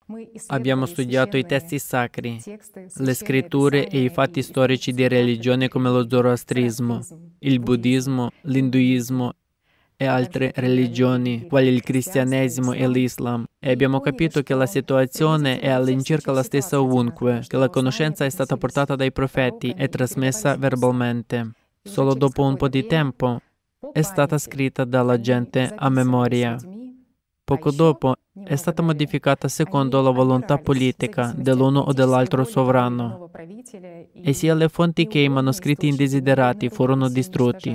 Abbiamo studiato i testi sacri, le scritture e i fatti storici di religioni come lo zoroastrismo, il buddismo, l'induismo e altre religioni, quali il cristianesimo e l'Islam, e abbiamo capito che la situazione è all'incirca la stessa ovunque, che la conoscenza è stata portata dai profeti e trasmessa verbalmente. Solo dopo un po' di tempo è stata scritta dalla gente a memoria. Poco dopo è stata modificata secondo la volontà politica dell'uno o dell'altro sovrano, e sia le fonti che i manoscritti indesiderati furono distrutti.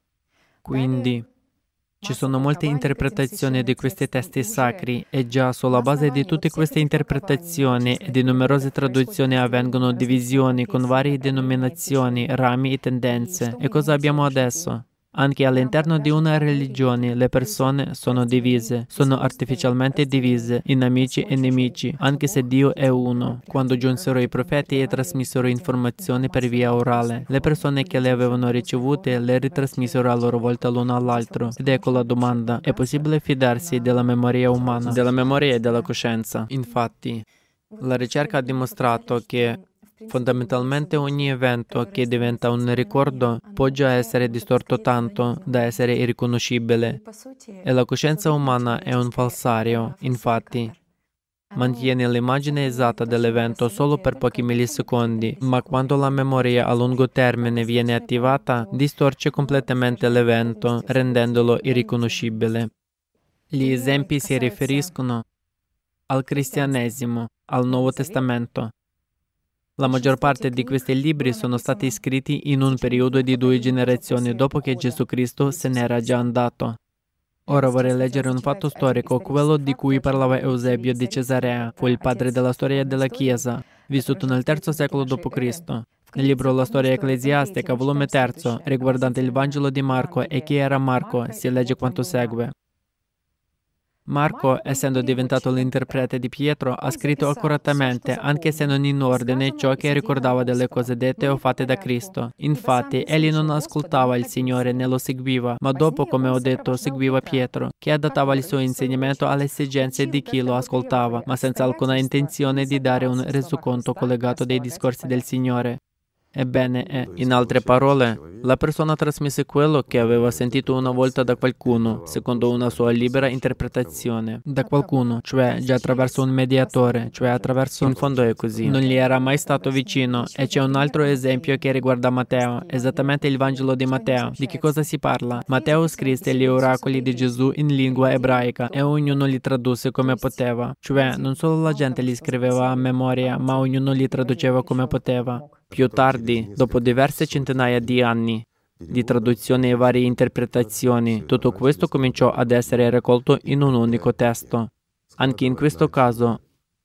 Quindi ci sono molte interpretazioni di questi testi sacri e già sulla base di tutte queste interpretazioni e di numerose traduzioni avvengono divisioni con varie denominazioni, rami e tendenze. E cosa abbiamo adesso? Anche all'interno di una religione le persone sono divise, sono artificialmente divise in amici e nemici, anche se Dio è uno. Quando giunsero i profeti e trasmisero informazioni per via orale, le persone che le avevano ricevute le ritrasmisero a loro volta l'uno all'altro. Ed ecco la domanda: è possibile fidarsi della memoria umana, della memoria e della coscienza? Infatti, la ricerca ha dimostrato che fondamentalmente ogni evento che diventa un ricordo può già essere distorto tanto da essere irriconoscibile. E la coscienza umana è un falsario, infatti. Mantiene l'immagine esatta dell'evento solo per pochi millisecondi, ma quando la memoria a lungo termine viene attivata, distorce completamente l'evento, rendendolo irriconoscibile. Gli esempi si riferiscono al cristianesimo, al Nuovo Testamento. La maggior parte di questi libri sono stati scritti in un periodo di 2 generazioni dopo che Gesù Cristo se n'era già andato. Ora vorrei leggere un fatto storico, quello di cui parlava Eusebio di Cesarea. Fu il padre della storia della Chiesa, vissuto nel III secolo d.C. Nel libro La storia ecclesiastica, volume 3, riguardante il Vangelo di Marco e chi era Marco, si legge quanto segue. Marco, essendo diventato l'interprete di Pietro, ha scritto accuratamente, anche se non in ordine, ciò che ricordava delle cose dette o fatte da Cristo. Infatti, egli non ascoltava il Signore né lo seguiva, ma dopo, come ho detto, seguiva Pietro, che adattava il suo insegnamento alle esigenze di chi lo ascoltava, ma senza alcuna intenzione di dare un resoconto collegato dei discorsi del Signore. Ebbene, in altre parole, la persona trasmise quello che aveva sentito una volta da qualcuno, secondo una sua libera interpretazione. Da qualcuno, cioè già attraverso un mediatore, cioè attraverso... In fondo è così. Non gli era mai stato vicino. E c'è un altro esempio che riguarda Matteo, esattamente il Vangelo di Matteo. Di che cosa si parla? Matteo scrisse gli oracoli di Gesù in lingua ebraica e ognuno li tradusse come poteva. Cioè, non solo la gente li scriveva a memoria, ma ognuno li traduceva come poteva. Più tardi, dopo diverse centinaia di anni di traduzione e varie interpretazioni, tutto questo cominciò ad essere raccolto in un unico testo. Anche in questo caso,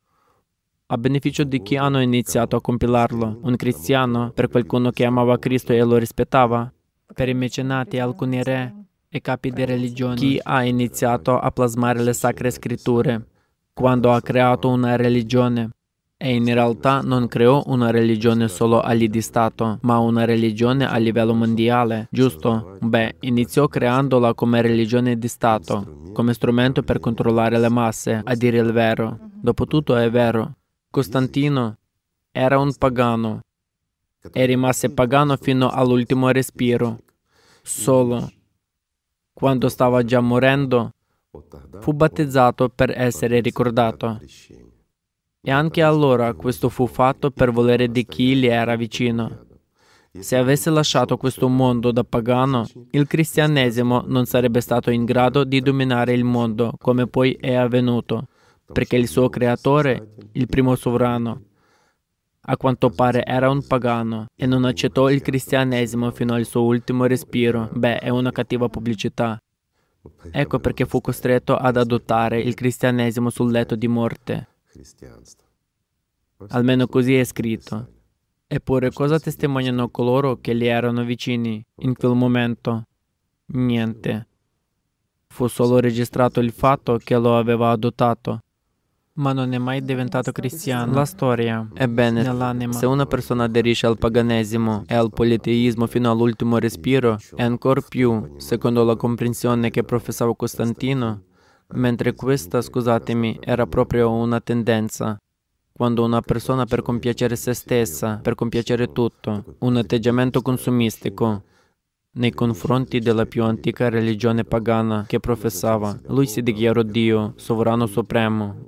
a beneficio di chi hanno iniziato a compilarlo, un cristiano, per qualcuno che amava Cristo e lo rispettava, per i mecenati, alcuni re e capi di religione, chi ha iniziato a plasmare le sacre scritture, quando ha creato una religione. E in realtà non creò una religione solo agli di Stato, ma una religione a livello mondiale, giusto? Beh, iniziò creandola come religione di Stato, come strumento per controllare le masse, a dire il vero. Dopotutto è vero. Costantino era un pagano e rimase pagano fino all'ultimo respiro. Solo quando stava già morendo, fu battezzato per essere ricordato. E anche allora questo fu fatto per volere di chi gli era vicino. Se avesse lasciato questo mondo da pagano, il cristianesimo non sarebbe stato in grado di dominare il mondo, come poi è avvenuto, perché il suo creatore, il primo sovrano, a quanto pare era un pagano e non accettò il cristianesimo fino al suo ultimo respiro. Beh, è una cattiva pubblicità. Ecco perché fu costretto ad adottare il cristianesimo sul letto di morte. Almeno così è scritto. Eppure cosa testimoniano coloro che gli erano vicini in quel momento? Niente. Fu solo registrato il fatto che lo aveva adottato, ma non è mai diventato cristiano. La storia, ebbene, nell'anima, se una persona aderisce al paganesimo e al politeismo fino all'ultimo respiro, e ancor più, secondo la comprensione che professava Costantino, mentre questa, scusatemi, era proprio una tendenza. Quando una persona per compiacere se stessa, per compiacere tutto, un atteggiamento consumistico nei confronti della più antica religione pagana che professava, lui si dichiarò Dio, sovrano supremo,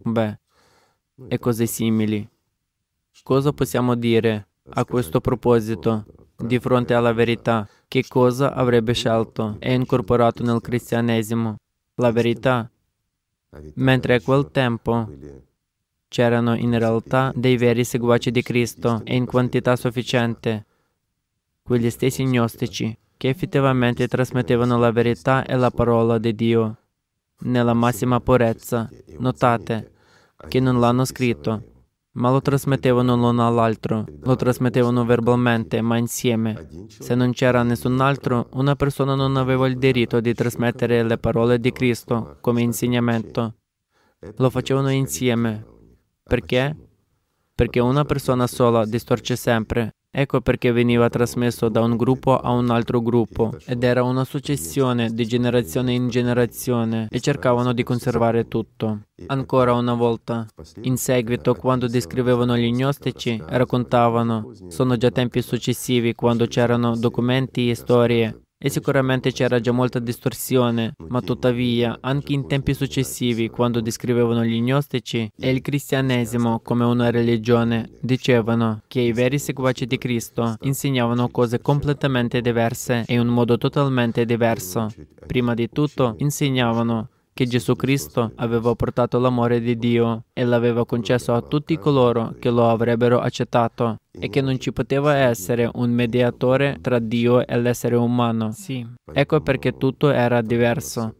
e cose simili. Cosa possiamo dire a questo proposito di fronte alla verità? Che cosa avrebbe scelto e incorporato nel cristianesimo? La verità. Mentre a quel tempo c'erano in realtà dei veri seguaci di Cristo e in quantità sufficiente, quegli stessi gnostici che effettivamente trasmettevano la verità e la parola di Dio nella massima purezza. Notate che non l'hanno scritto, ma lo trasmettevano l'uno all'altro, lo trasmettevano verbalmente, ma insieme. Se non c'era nessun altro, una persona non aveva il diritto di trasmettere le parole di Cristo come insegnamento. Lo facevano insieme. Perché? Perché una persona sola distorce sempre. Ecco perché veniva trasmesso da un gruppo a un altro gruppo, ed era una successione di generazione in generazione, e cercavano di conservare tutto. Ancora una volta, in seguito, quando descrivevano gli gnostici, raccontavano, sono già tempi successivi, quando c'erano documenti e storie, e sicuramente c'era già molta distorsione, ma tuttavia, anche in tempi successivi, quando descrivevano gli gnostici e il cristianesimo come una religione, dicevano che i veri seguaci di Cristo insegnavano cose completamente diverse e in un modo totalmente diverso. Prima di tutto, insegnavano che Gesù Cristo aveva portato l'amore di Dio e l'aveva concesso a tutti coloro che lo avrebbero accettato, e che non ci poteva essere un mediatore tra Dio e l'essere umano. Sì. Ecco perché tutto era diverso.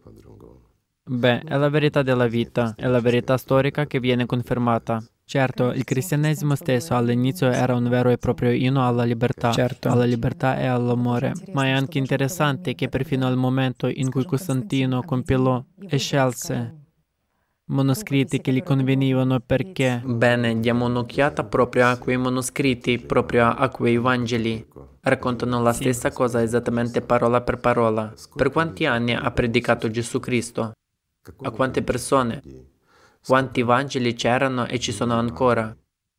È la verità della vita, è la verità storica che viene confermata. Certo, il cristianesimo stesso all'inizio era un vero e proprio inno alla libertà, alla libertà e all'amore, ma è anche interessante che perfino al momento in cui Costantino compilò e scelse manoscritti che gli convenivano perché... Bene, diamo un'occhiata proprio a quei manoscritti, proprio a quei Vangeli. Raccontano la stessa cosa esattamente parola per parola. Per quanti anni ha predicato Gesù Cristo? A quante persone? Quanti Vangeli c'erano e ci sono ancora?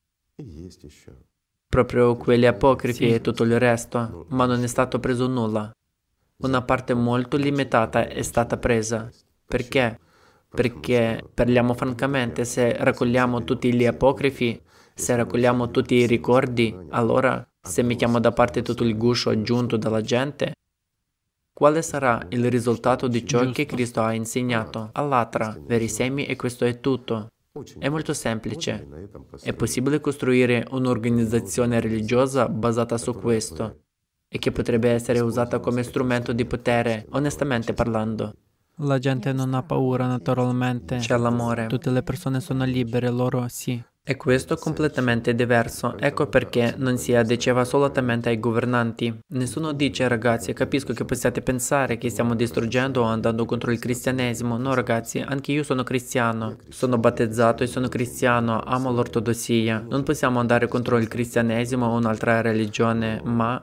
Proprio quelli apocrifi e tutto il resto, ma non è stato preso nulla. Una parte molto limitata è stata presa. Perché? Perché, parliamo francamente, se raccogliamo tutti gli apocrifi, se raccogliamo tutti i ricordi, allora, se mettiamo da parte tutto il guscio aggiunto dalla gente, quale sarà il risultato di ciò che Cristo ha insegnato? All'atra, veri semi, e questo è tutto. È molto semplice. È possibile costruire un'organizzazione religiosa basata su questo, e che potrebbe essere usata come strumento di potere, onestamente parlando. La gente non ha paura, naturalmente. C'è l'amore. Tutte le persone sono libere, loro sì. E questo è completamente diverso. Ecco perché non si addice assolutamente ai governanti. Nessuno dice, ragazzi, capisco che possiate pensare che stiamo distruggendo o andando contro il cristianesimo. No, ragazzi, anche io sono cristiano. Sono battezzato e sono cristiano, amo l'ortodossia. Non possiamo andare contro il cristianesimo o un'altra religione, ma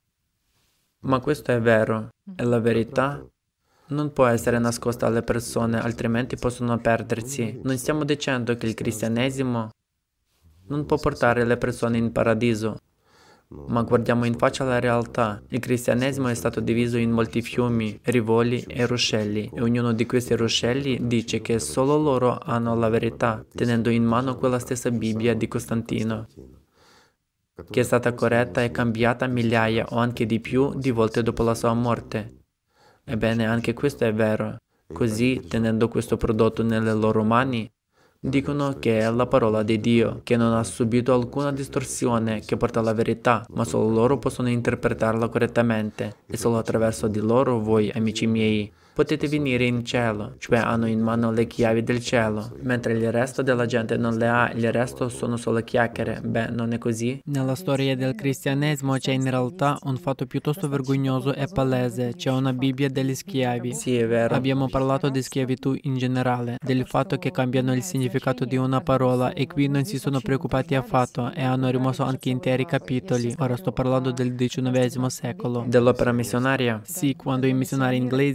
questo è vero. È la verità. Non può essere nascosta alle persone, altrimenti possono perdersi. Non stiamo dicendo che il cristianesimo non può portare le persone in paradiso, ma guardiamo in faccia la realtà. Il cristianesimo è stato diviso in molti fiumi, rivoli e ruscelli, e ognuno di questi ruscelli dice che solo loro hanno la verità, tenendo in mano quella stessa Bibbia di Costantino, che è stata corretta e cambiata migliaia o anche di più di volte dopo la sua morte. Ebbene, anche questo è vero. Così, tenendo questo prodotto nelle loro mani, dicono che è la parola di Dio, che non ha subito alcuna distorsione, che porta la verità, ma solo loro possono interpretarla correttamente, e solo attraverso di loro voi, amici miei, potete venire in cielo, cioè hanno in mano le chiavi del cielo, mentre il resto della gente non le ha, il resto sono solo chiacchiere. Non è così? Nella storia del cristianesimo c'è in realtà un fatto piuttosto vergognoso e palese, c'è una Bibbia degli schiavi. Sì, è vero. Abbiamo parlato di schiavitù in generale, del fatto che cambiano il significato di una parola, e qui non si sono preoccupati affatto e hanno rimosso anche interi capitoli. Ora sto parlando del XIX secolo. Dell'opera missionaria? Sì, quando i missionari inglesi distribuivano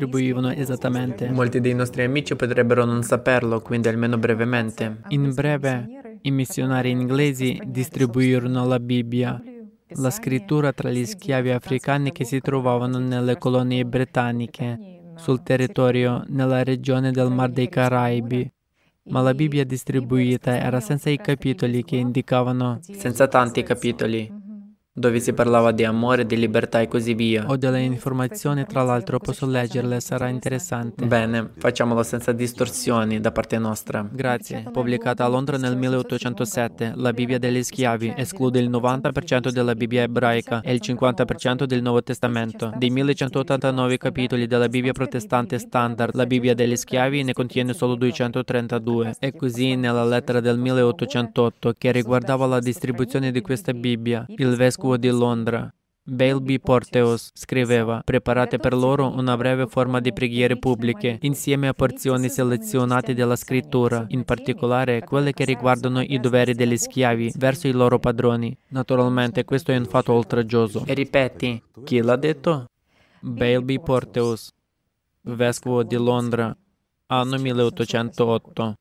distribuivano esattamente? Molti dei nostri amici potrebbero non saperlo, quindi almeno brevemente. In breve, i missionari inglesi distribuirono la Bibbia, la scrittura tra gli schiavi africani che si trovavano nelle colonie britanniche, sul territorio nella regione del Mar dei Caraibi. Ma la Bibbia distribuita era senza i capitoli che indicavano Senza tanti capitoli, dove si parlava di amore, di libertà e così via. o delle informazioni, tra l'altro posso leggerle, sarà interessante. Bene, facciamolo senza distorsioni da parte nostra. Grazie. Pubblicata a Londra nel 1807, la Bibbia degli schiavi esclude il 90% della Bibbia ebraica e il 50% del Nuovo Testamento. Dei 1189 capitoli della Bibbia protestante standard, la Bibbia degli schiavi ne contiene solo 232. E così nella lettera del 1808 che riguardava la distribuzione di questa Bibbia, il vescovo di Londra, Bailby Porteous, scriveva: preparate per loro una breve forma di preghiere pubbliche, insieme a porzioni selezionate della scrittura, in particolare quelle che riguardano i doveri degli schiavi verso i loro padroni. Naturalmente questo è un fatto oltraggioso. E ripeti, chi l'ha detto? Bailby Porteous, vescovo di Londra, anno 1808.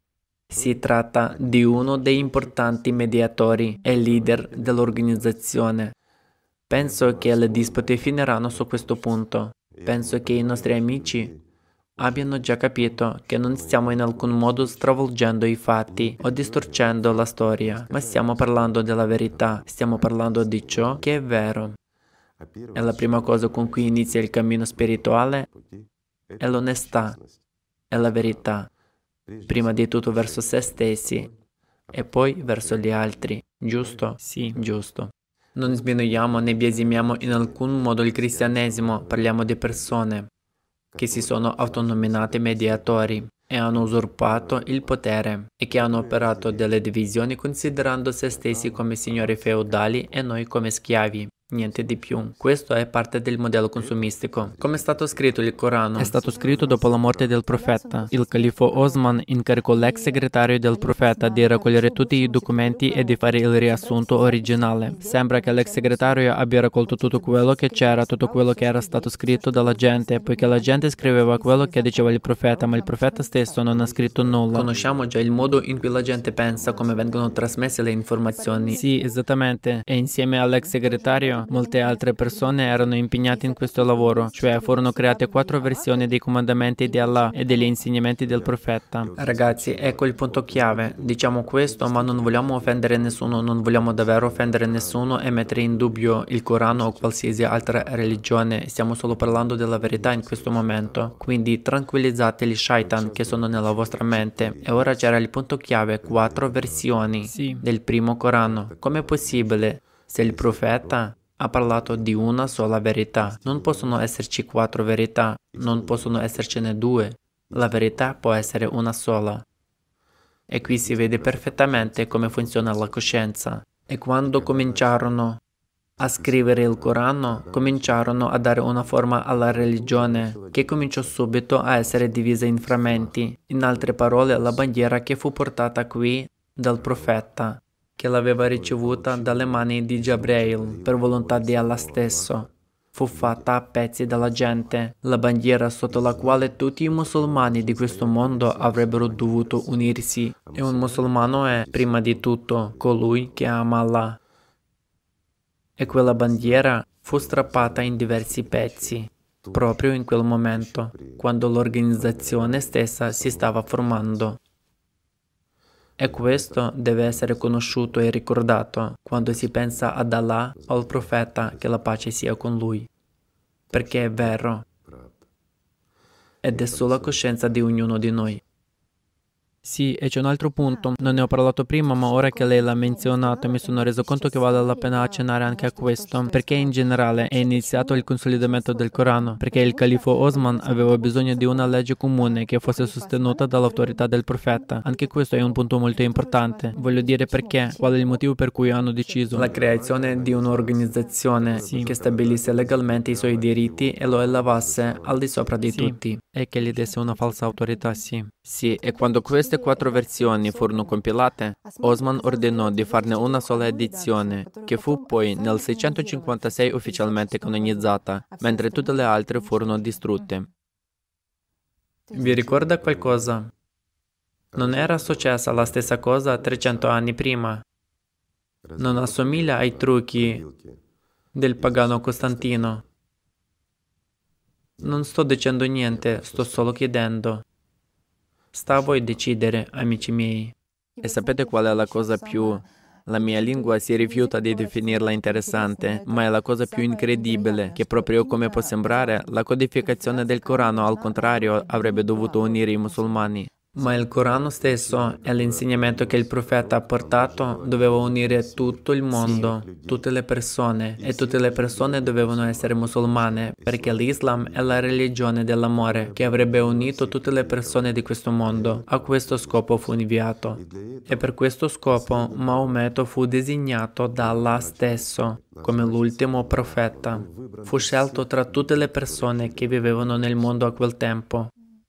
Si tratta di uno dei importanti mediatori e leader dell'organizzazione. Penso che le dispute finiranno su questo punto. Penso che i nostri amici abbiano già capito che non stiamo in alcun modo stravolgendo i fatti o distorcendo la storia, ma stiamo parlando della verità, stiamo parlando di ciò che è vero. E la prima cosa con cui inizia il cammino spirituale è l'onestà, è la verità. Prima di tutto verso se stessi e poi verso gli altri, giusto? Sì. Giusto. Non sminuiamo né biasimiamo in alcun modo il cristianesimo, parliamo di persone che si sono autonominate mediatori e hanno usurpato il potere e che hanno operato delle divisioni considerando se stessi come signori feudali e noi come schiavi. Niente di più. Questo è parte del modello consumistico. Come è stato scritto il Corano? È stato scritto dopo la morte del profeta. Il califfo Osman incaricò l'ex segretario del profeta di raccogliere tutti i documenti e di fare il riassunto originale. Sembra che l'ex segretario abbia raccolto tutto quello che c'era, tutto quello che era stato scritto dalla gente, poiché la gente scriveva quello che diceva il profeta, ma il profeta stesso non ha scritto nulla. Conosciamo già il modo in cui la gente pensa, come vengono trasmesse le informazioni. Sì, esattamente. E insieme all'ex segretario molte altre persone erano impegnate in questo lavoro, cioè furono create 4 versioni dei comandamenti di Allah e degli insegnamenti del profeta. Ragazzi, ecco il punto chiave. Diciamo questo, ma non vogliamo offendere nessuno, non vogliamo davvero offendere nessuno e mettere in dubbio il Corano o qualsiasi altra religione. Stiamo solo parlando della verità in questo momento. Quindi tranquillizzate gli shaitan che sono nella vostra mente. E ora c'era il punto chiave, 4 versioni del primo Corano. Com'è possibile se il profeta ha parlato di una sola verità? Non possono esserci 4 verità, non possono essercene 2. La verità può essere una sola. E qui si vede perfettamente come funziona la coscienza. E quando cominciarono a scrivere il Corano, cominciarono a dare una forma alla religione, che cominciò subito a essere divisa in frammenti. In altre parole, la bandiera che fu portata qui dal profeta, che l'aveva ricevuta dalle mani di Gabriel per volontà di Allah stesso, fu fatta a pezzi dalla gente, la bandiera sotto la quale tutti i musulmani di questo mondo avrebbero dovuto unirsi. E un musulmano è, prima di tutto, colui che ama Allah. E quella bandiera fu strappata in diversi pezzi, proprio in quel momento, quando l'organizzazione stessa si stava formando. E questo deve essere conosciuto e ricordato quando si pensa ad Allah o al profeta, che la pace sia con lui. Perché è vero. Ed è sulla coscienza di ognuno di noi. Sì, e c'è un altro punto. Non ne ho parlato prima, ma ora che lei l'ha menzionato mi sono reso conto che vale la pena accennare anche a questo, perché in generale è iniziato il consolidamento del Corano, perché il califfo Osman aveva bisogno di una legge comune che fosse sostenuta dall'autorità del profeta. Anche questo è un punto molto importante. Voglio dire perché, qual è il motivo per cui hanno deciso la creazione di un'organizzazione che stabilisse legalmente i suoi diritti e lo elevasse al di sopra di tutti. E che gli desse una falsa autorità, sì. Sì, e quando queste 4 versioni furono compilate, Osman ordinò di farne una sola edizione, che fu poi nel 656 ufficialmente canonizzata, mentre tutte le altre furono distrutte. Vi ricorda qualcosa? Non era successa la stessa cosa 300 anni prima. Non assomiglia ai trucchi del pagano Costantino. Non sto dicendo niente, sto solo chiedendo. Sta a voi decidere, amici miei. E sapete qual è la cosa più... La mia lingua si rifiuta di definirla interessante, ma è la cosa più incredibile, che proprio come può sembrare, la codificazione del Corano, al contrario, avrebbe dovuto unire i musulmani. Ma il Corano stesso e l'insegnamento che il profeta ha portato doveva unire tutto il mondo, tutte le persone, e tutte le persone dovevano essere musulmane, perché l'Islam è la religione dell'amore che avrebbe unito tutte le persone di questo mondo. A questo scopo fu inviato. E per questo scopo Maometto fu designato da Allah stesso come l'ultimo profeta. Fu scelto tra tutte le persone che vivevano nel mondo a quel tempo.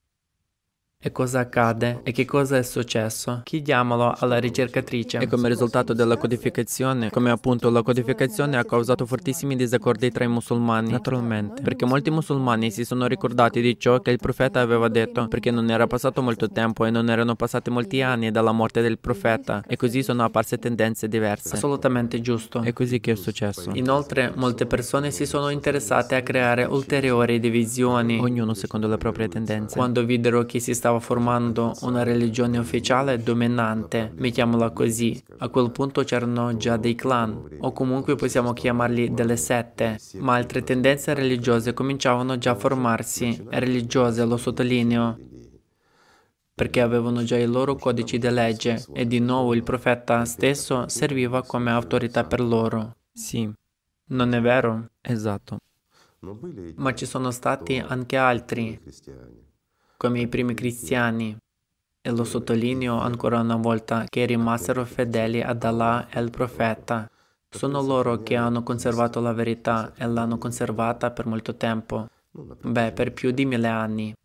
E cosa accade? E che cosa è successo? Chiediamolo alla ricercatrice. E come risultato della codificazione, come appunto la codificazione ha causato fortissimi disaccordi tra i musulmani, naturalmente, perché molti musulmani si sono ricordati di ciò che il profeta aveva detto, perché non era passato molto tempo e non erano passati molti anni dalla morte del profeta, e così sono apparse tendenze diverse. Assolutamente giusto. È così che è successo. Inoltre, molte persone si sono interessate a creare ulteriori divisioni, Ognuno secondo le proprie tendenze. quando videro che si stava formando una religione ufficiale dominante, mettiamola così. A quel punto c'erano già dei clan, o comunque possiamo chiamarli delle sette, ma altre tendenze religiose cominciavano già a formarsi, e religiose lo sottolineo, perché avevano già i loro codici di legge, e di nuovo il profeta stesso serviva come autorità per loro. Sì, Non è vero? esatto. Ma ci sono stati anche altri, come i primi cristiani, e lo sottolineo ancora una volta, che rimasero fedeli ad Allah e al profeta. Sono loro che hanno conservato la verità e l'hanno conservata per molto tempo. Per più di 1000 anni.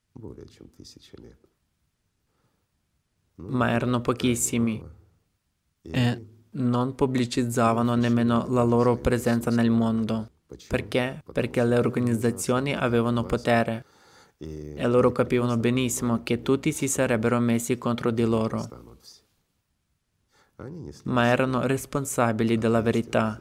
Ma erano pochissimi e non pubblicizzavano nemmeno la loro presenza nel mondo. Perché? Perché le organizzazioni avevano potere. E loro capivano benissimo che tutti si sarebbero messi contro di loro, ma erano responsabili della verità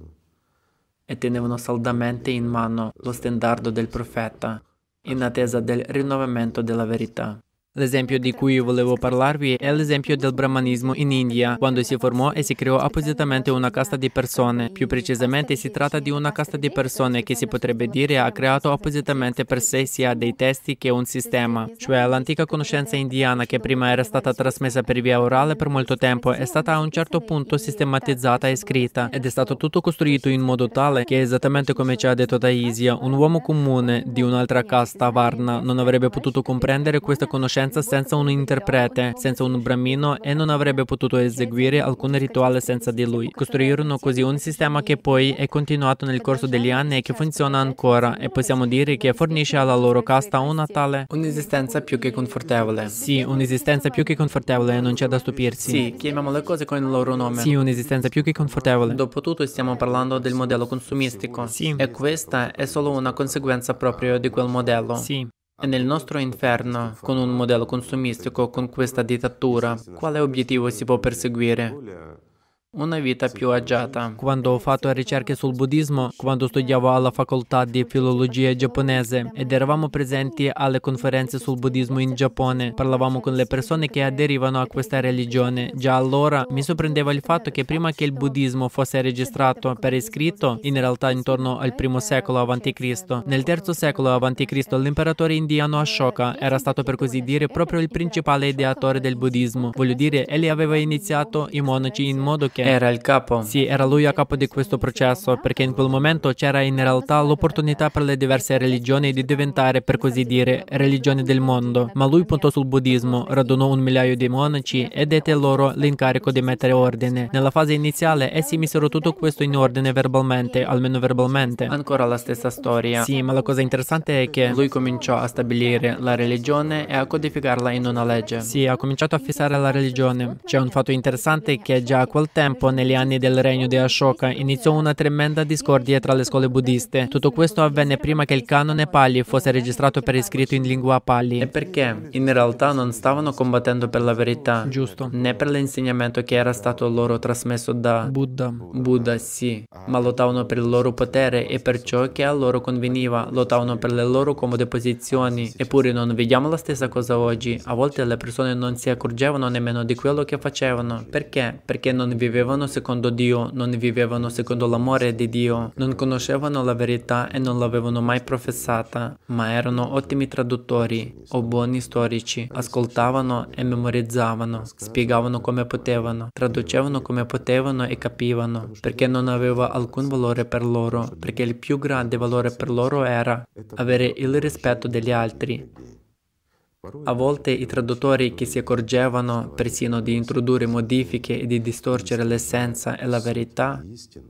e tenevano saldamente in mano lo stendardo del profeta, in attesa del rinnovamento della verità. L'esempio di cui volevo parlarvi è l'esempio del brahmanismo in India, quando si formò e si creò appositamente una casta di persone. Più precisamente si tratta di una casta di persone che si potrebbe dire ha creato appositamente per sé sia dei testi che un sistema. Cioè l'antica conoscenza indiana che prima era stata trasmessa per via orale per molto tempo è stata a un certo punto sistematizzata e scritta, ed è stato tutto costruito in modo tale che, esattamente come ci ha detto Taisia, un uomo comune di un'altra casta, Varna, non avrebbe potuto comprendere questa conoscenza senza un interprete, senza un brahmino, e non avrebbe potuto eseguire alcun rituale senza di lui. Costruirono così un sistema che poi è continuato nel corso degli anni e che funziona ancora, e possiamo dire che fornisce alla loro casta una tale... Un'esistenza più che confortevole. Sì, un'esistenza più che confortevole, non c'è da stupirsi. Sì, chiamiamo le cose con il loro nome. Sì, un'esistenza più che confortevole. Dopotutto stiamo parlando del modello consumistico. Sì. E questa è solo una conseguenza proprio di quel modello. Sì. E nel nostro inferno, con un modello consumistico, con questa dittatura, quale obiettivo si può perseguire? Una vita più agiata. Quando ho fatto ricerche sul buddismo, quando studiavo alla facoltà di filologia giapponese ed eravamo presenti alle conferenze sul buddismo in Giappone, parlavamo con le persone che aderivano a questa religione. Già allora mi sorprendeva il fatto che prima che il buddismo fosse registrato per iscritto, in realtà intorno al I secolo a.C., nel III secolo a.C. l'imperatore indiano Ashoka era stato, per così dire, proprio il principale ideatore del buddismo. Voglio dire, egli aveva iniziato i monaci in modo che... Era il capo. Sì, era lui a capo di questo processo, perché in quel momento c'era in realtà l'opportunità per le diverse religioni di diventare, per così dire, religioni del mondo. Ma lui puntò sul buddismo, radunò 1 migliaio di monaci e dette loro l'incarico di mettere ordine. Nella fase iniziale essi misero tutto questo in ordine verbalmente, almeno verbalmente. Ancora la stessa storia. Sì, ma la cosa interessante è che lui cominciò a stabilire la religione e a codificarla in una legge. Sì, ha cominciato a fissare la religione. C'è un fatto interessante che già a quel tempo tempo, negli anni del regno di Ashoka, iniziò una tremenda discordia tra le scuole buddiste. Tutto questo avvenne prima che il canone Pali fosse registrato per iscritto in lingua Pali. E perché in realtà non stavano combattendo per la verità, Giusto. né per l'insegnamento che era stato loro trasmesso da Buddha, sì, ma lottavano per il loro potere e per ciò che a loro conveniva, lottavano per le loro comode posizioni. Eppure non vediamo la stessa cosa oggi. A volte le persone non si accorgevano nemmeno di quello che facevano. Perché? Perché non vivevano secondo Dio, non vivevano secondo l'amore di Dio, non conoscevano la verità e non l'avevano mai professata, ma erano ottimi traduttori o buoni storici, ascoltavano e memorizzavano, spiegavano come potevano, traducevano come potevano e capivano, perché non aveva alcun valore per loro, perché il più grande valore per loro era avere il rispetto degli altri. A volte i traduttori che si accorgevano persino di introdurre modifiche e di distorcere l'essenza e la verità,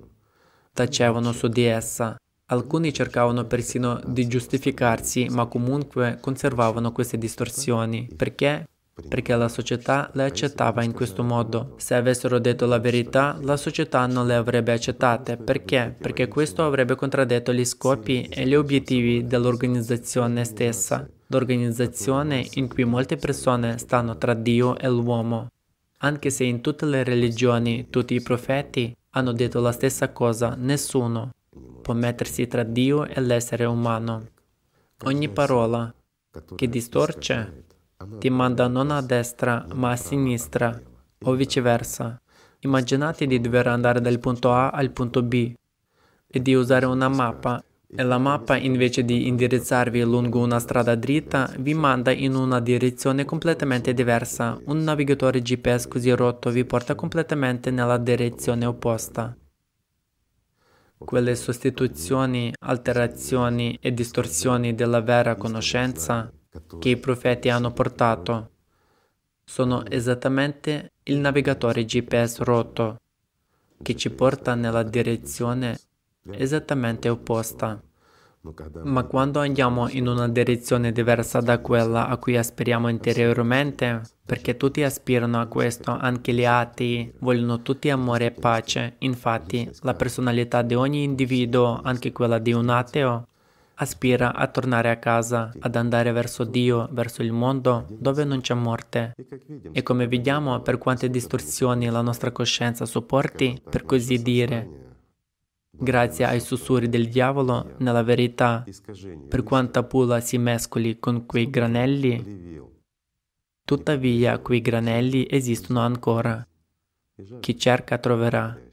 tacevano su di essa. Alcuni cercavano persino di giustificarsi, ma comunque conservavano queste distorsioni. Perché? Perché la società le accettava in questo modo. Se avessero detto la verità, la società non le avrebbe accettate. Perché? Perché questo avrebbe contraddetto gli scopi e gli obiettivi dell'organizzazione stessa. L'organizzazione in cui molte persone stanno tra Dio e l'uomo. Anche se in tutte le religioni, tutti i profeti hanno detto la stessa cosa, nessuno può mettersi tra Dio e l'essere umano. Ogni parola che distorce ti manda non a destra ma a sinistra o viceversa. Immaginate di dover andare dal punto A al punto B e di usare una mappa e la mappa invece di indirizzarvi lungo una strada dritta vi manda in una direzione completamente diversa. Un navigatore GPS così rotto vi porta completamente nella direzione opposta. Quelle sostituzioni, alterazioni e distorsioni della vera conoscenza che i profeti hanno portato sono esattamente il navigatore GPS rotto che ci porta nella direzione esattamente opposta. Ma quando andiamo in una direzione diversa da quella a cui aspiriamo interiormente, perché tutti aspirano a questo, anche gli atei vogliono tutti amore e pace. Infatti, la personalità di ogni individuo, anche quella di un ateo, aspira a tornare a casa, ad andare verso Dio, verso il mondo dove non c'è morte. E come vediamo, per quante distorsioni la nostra coscienza sopporti, per così dire, grazie ai sussurri del diavolo, nella verità, per quanta pula si mescoli con quei granelli, tuttavia quei granelli esistono ancora. Chi cerca troverà.